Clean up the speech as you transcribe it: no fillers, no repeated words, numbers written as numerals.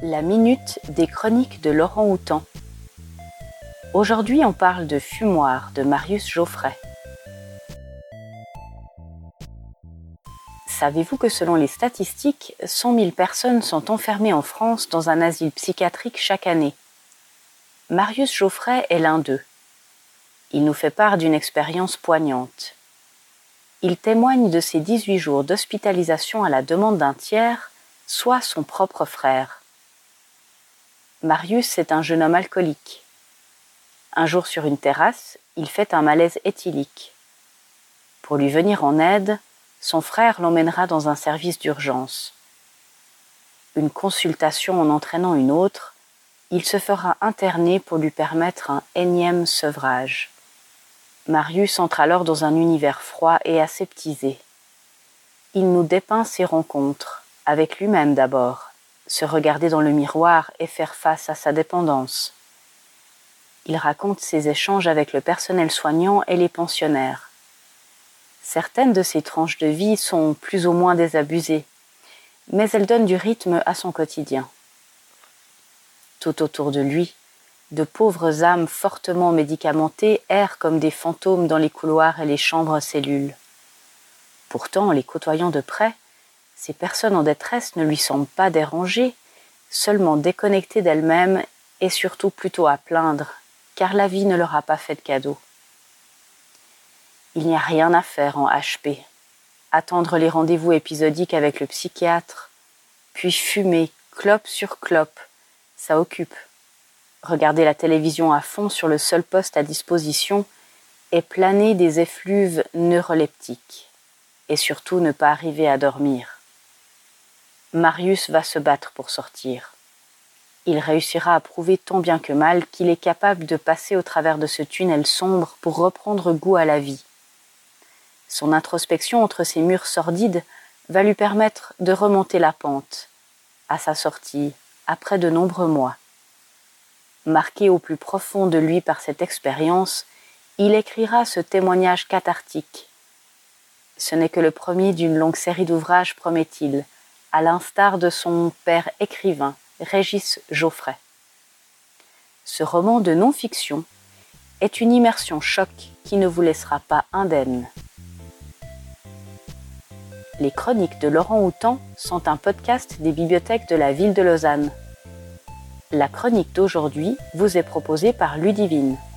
La minute des chroniques de Laurent Houtan. Aujourd'hui, on parle de Fumoir de Marius Geoffray. Savez-vous que selon les statistiques, 100 000 personnes sont enfermées en France dans un asile psychiatrique chaque année. Marius Geoffray est l'un d'eux. Il nous fait part d'une expérience poignante. Il témoigne de ses 18 jours d'hospitalisation à la demande d'un tiers, soit son propre frère. Marius est un jeune homme alcoolique. Un jour sur une terrasse, il fait un malaise éthylique. Pour lui venir en aide, son frère l'emmènera dans un service d'urgence. Une consultation en entraînant une autre, il se fera interner pour lui permettre un énième sevrage. Marius entre alors dans un univers froid et aseptisé. Il nous dépeint ses rencontres, avec lui-même d'abord, se regarder dans le miroir et faire face à sa dépendance. Il raconte ses échanges avec le personnel soignant et les pensionnaires. Certaines de ses tranches de vie sont plus ou moins désabusées, mais elles donnent du rythme à son quotidien. Tout autour de lui, de pauvres âmes fortement médicamentées errent comme des fantômes dans les couloirs et les chambres cellules. Pourtant, en les côtoyant de près, ces personnes en détresse ne lui semblent pas dérangées, seulement déconnectées d'elles-mêmes et surtout plutôt à plaindre, car la vie ne leur a pas fait de cadeau. Il n'y a rien à faire en HP. Attendre les rendez-vous épisodiques avec le psychiatre, puis fumer, clope sur clope, ça occupe. Regarder la télévision à fond sur le seul poste à disposition et planer des effluves neuroleptiques. Et surtout ne pas arriver à dormir. Marius va se battre pour sortir. Il réussira à prouver tant bien que mal qu'il est capable de passer au travers de ce tunnel sombre pour reprendre goût à la vie. Son introspection entre ces murs sordides va lui permettre de remonter la pente, à sa sortie, après de nombreux mois. Marqué au plus profond de lui par cette expérience, il écrira ce témoignage cathartique. Ce n'est que le premier d'une longue série d'ouvrages, promet-il, à l'instar de son père écrivain, Régis Geoffray. Ce roman de non-fiction est une immersion choc qui ne vous laissera pas indemne. Les chroniques de Laurent Houtan sont un podcast des bibliothèques de la ville de Lausanne. La chronique d'aujourd'hui vous est proposée par Ludivine.